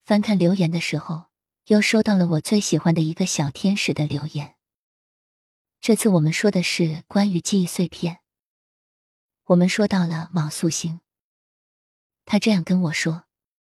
翻看留言的时候，又收到了我最喜欢的一个小天使的留言。这次我们说的是关于记忆碎片。我们说到了卯宿星。他这样跟我说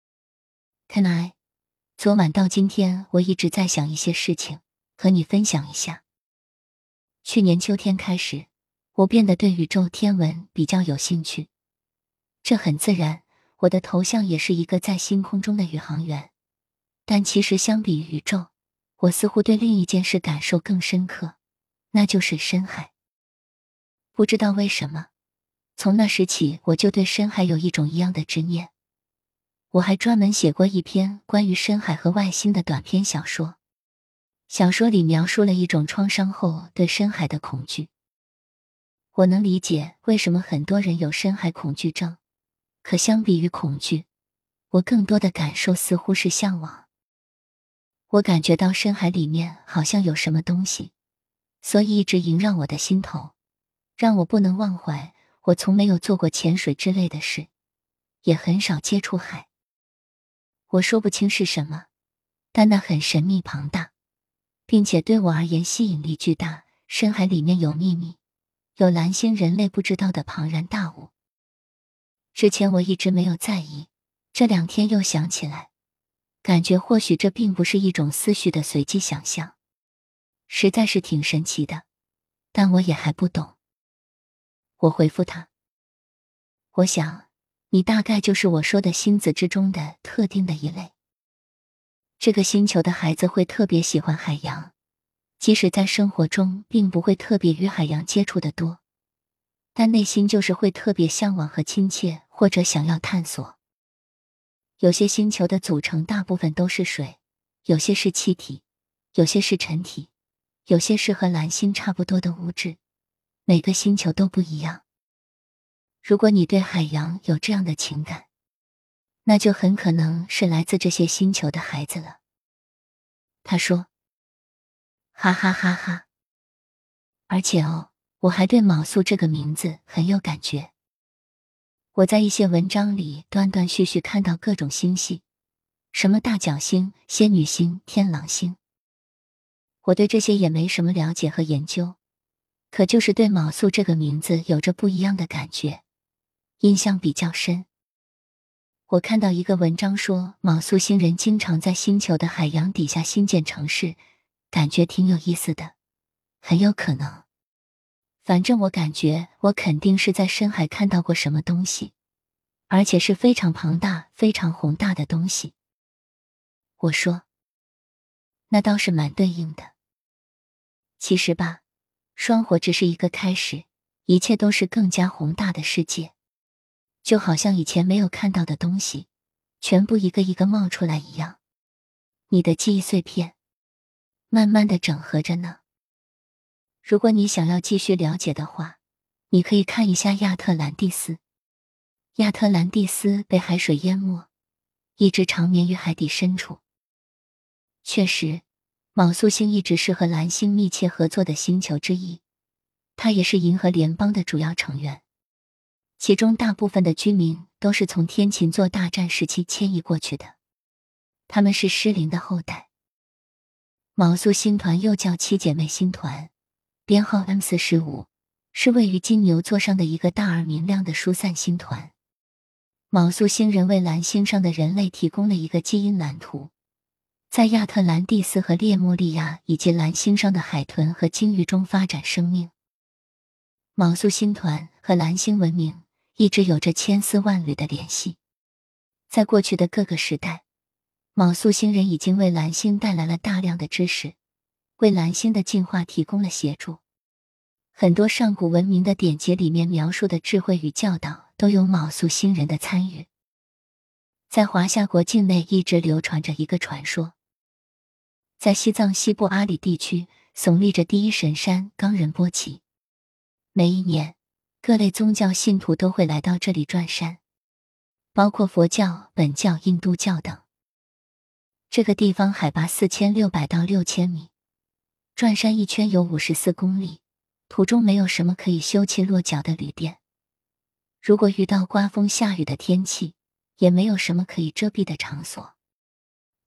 ：“Can I？ 昨晚到今天我一直在想一些事情，和你分享一下。去年秋天开始，我变得对宇宙天文比较有兴趣。这很自然，我的头像也是一个在星空中的宇航员。但其实相比于宇宙，我似乎对另一件事感受更深刻，那就是深海。不知道为什么，从那时起我就对深海有一种一样的执念。我还专门写过一篇关于深海和外星的短篇小说。小说里描述了一种创伤后对深海的恐惧。我能理解为什么很多人有深海恐惧症，可相比于恐惧，我更多的感受似乎是向往。我感觉到深海里面好像有什么东西，所以一直萦绕我的心头，让我不能忘怀。我从没有做过潜水之类的事，也很少接触海。我说不清是什么，但那很神秘庞大，并且对我而言吸引力巨大。深海里面有秘密，有蓝星人类不知道的庞然大物。之前我一直没有在意，这2天又想起来，感觉或许这并不是一种思绪的随机想象，实在是挺神奇的，但我也还不懂。我回复他，我想你大概就是我说的星子之中的特定的一类。这个星球的孩子会特别喜欢海洋，即使在生活中并不会特别与海洋接触得多，但内心就是会特别向往和亲切，或者想要探索。有些星球的组成大部分都是水，有些是气体，有些是沉体，有些是和蓝星差不多的物质，每个星球都不一样。如果你对海洋有这样的情感，那就很可能是来自这些星球的孩子了。他说，哈哈哈哈。而且我还对卯宿这个名字很有感觉。我在一些文章里断断续续看到各种星系，什么大角星、仙女星、天狼星。我对这些也没什么了解和研究，可就是对卯宿这个名字有着不一样的感觉，印象比较深。我看到一个文章说，卯宿星人经常在星球的海洋底下兴建城市，感觉挺有意思的，很有可能。反正我感觉我肯定是在深海看到过什么东西，而且是非常庞大、非常宏大的东西。我说，那倒是蛮对应的。其实吧，双火只是一个开始，一切都是更加宏大的世界。就好像以前没有看到的东西，全部一个一个冒出来一样。你的记忆碎片，慢慢的整合着呢。如果你想要继续了解的话，你可以看一下亚特兰蒂斯。亚特兰蒂斯被海水淹没，一直长眠于海底深处。确实，卯宿星一直是和蓝星密切合作的星球之一，它也是银河联邦的主要成员。其中大部分的居民都是从天琴座大战时期迁移过去的，他们是狮灵的后代。卯宿星团又叫七姐妹星团，编号 M45， 是位于金牛座上的一个大而明亮的疏散星团。卯宿星人为蓝星上的人类提供了一个基因蓝图，在亚特兰蒂斯和列莫利亚以及蓝星上的海豚和鲸鱼中发展生命。卯宿星团和蓝星文明一直有着千丝万缕的联系。在过去的各个时代，卯宿星人已经为蓝星带来了大量的知识，为蓝星的进化提供了协助。很多上古文明的典籍里面描述的智慧与教导都有卯宿星人的参与。在华夏国境内一直流传着一个传说，在西藏西部阿里地区耸立着第一神山冈仁波齐。每一年，各类宗教信徒都会来到这里转山，包括佛教、本教、印度教等。这个地方海拔4600到6000米，转山一圈有54公里，途中没有什么可以休憩落脚的旅店。如果遇到刮风下雨的天气，也没有什么可以遮蔽的场所。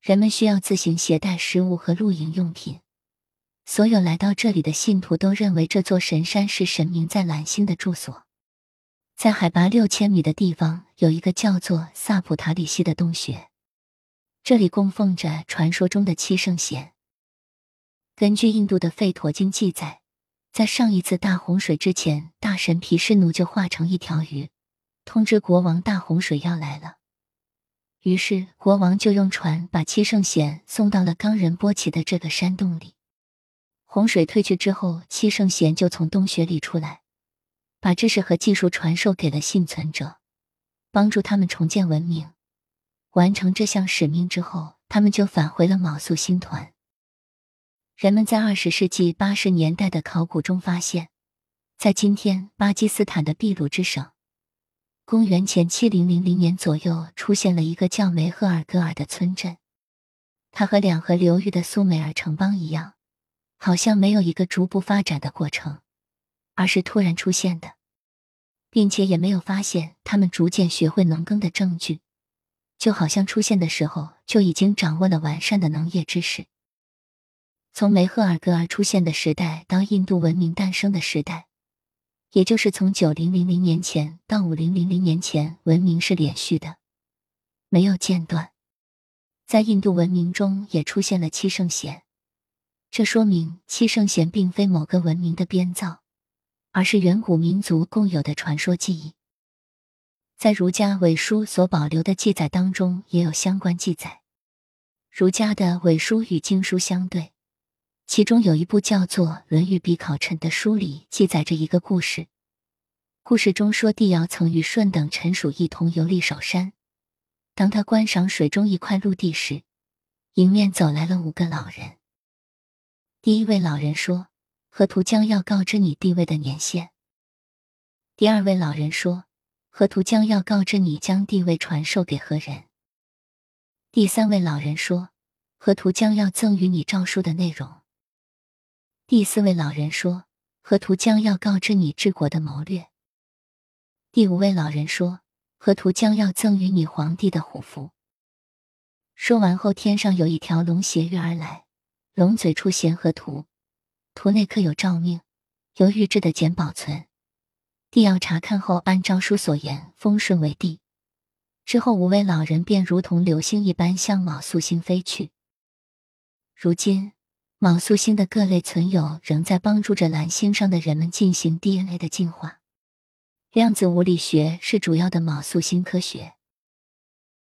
人们需要自行携带食物和露营用品。所有来到这里的信徒都认为这座神山是神明在蓝星的住所。在海拔6000米的地方有一个叫做萨普塔里西的洞穴，这里供奉着传说中的七圣贤。根据印度的吠陀经记载，在上一次大洪水之前，大神毗湿奴就化成一条鱼，通知国王大洪水要来了。于是国王就用船把七圣贤送到了冈仁波齐的这个山洞里。洪水退去之后，七圣贤就从洞穴里出来，把知识和技术传授给了幸存者，帮助他们重建文明。完成这项使命之后，他们就返回了卯宿星团。人们在20世纪80年代的考古中发现，在今天巴基斯坦的秘鲁之省，公元前7000年左右出现了一个叫梅赫尔格尔的村镇。它和两河流域的苏美尔城邦一样，好像没有一个逐步发展的过程，而是突然出现的，并且也没有发现他们逐渐学会农耕的证据，就好像出现的时候就已经掌握了完善的农业知识。从梅赫尔格尔出现的时代到印度文明诞生的时代，也就是从9000年前到5000年前，文明是连续的，没有间断。在印度文明中也出现了七圣贤，这说明七圣贤并非某个文明的编造，而是远古民族共有的传说记忆。在儒家伪书所保留的记载当中也有相关记载。儒家的伪书与经书相对，其中有一部叫做《论语笔考陈》的书里记载着一个故事。故事中说，帝尧曾与舜等臣属一同游历首山，当他观赏水中一块陆地时，迎面走来了5个老人。第一位老人说，河图将要告知你地位的年限。第二位老人说，河图将要告知你将地位传授给何人。第三位老人说，河图将要赠予你诏书的内容。第四位老人说，河图将要告知你治国的谋略。第五位老人说，河图将要赠予你皇帝的虎符。说完后，天上有一条龙斜跃而来，龙嘴处衔河图，图内刻有诏命，由御制的简保存。帝尧查看后，按诏书所言封舜为帝。之后5位老人便如同流星一般向卯宿星飞去。如今卯宿星的各类存有仍在帮助着蓝星上的人们进行 DNA 的进化。量子物理学是主要的卯宿星科学。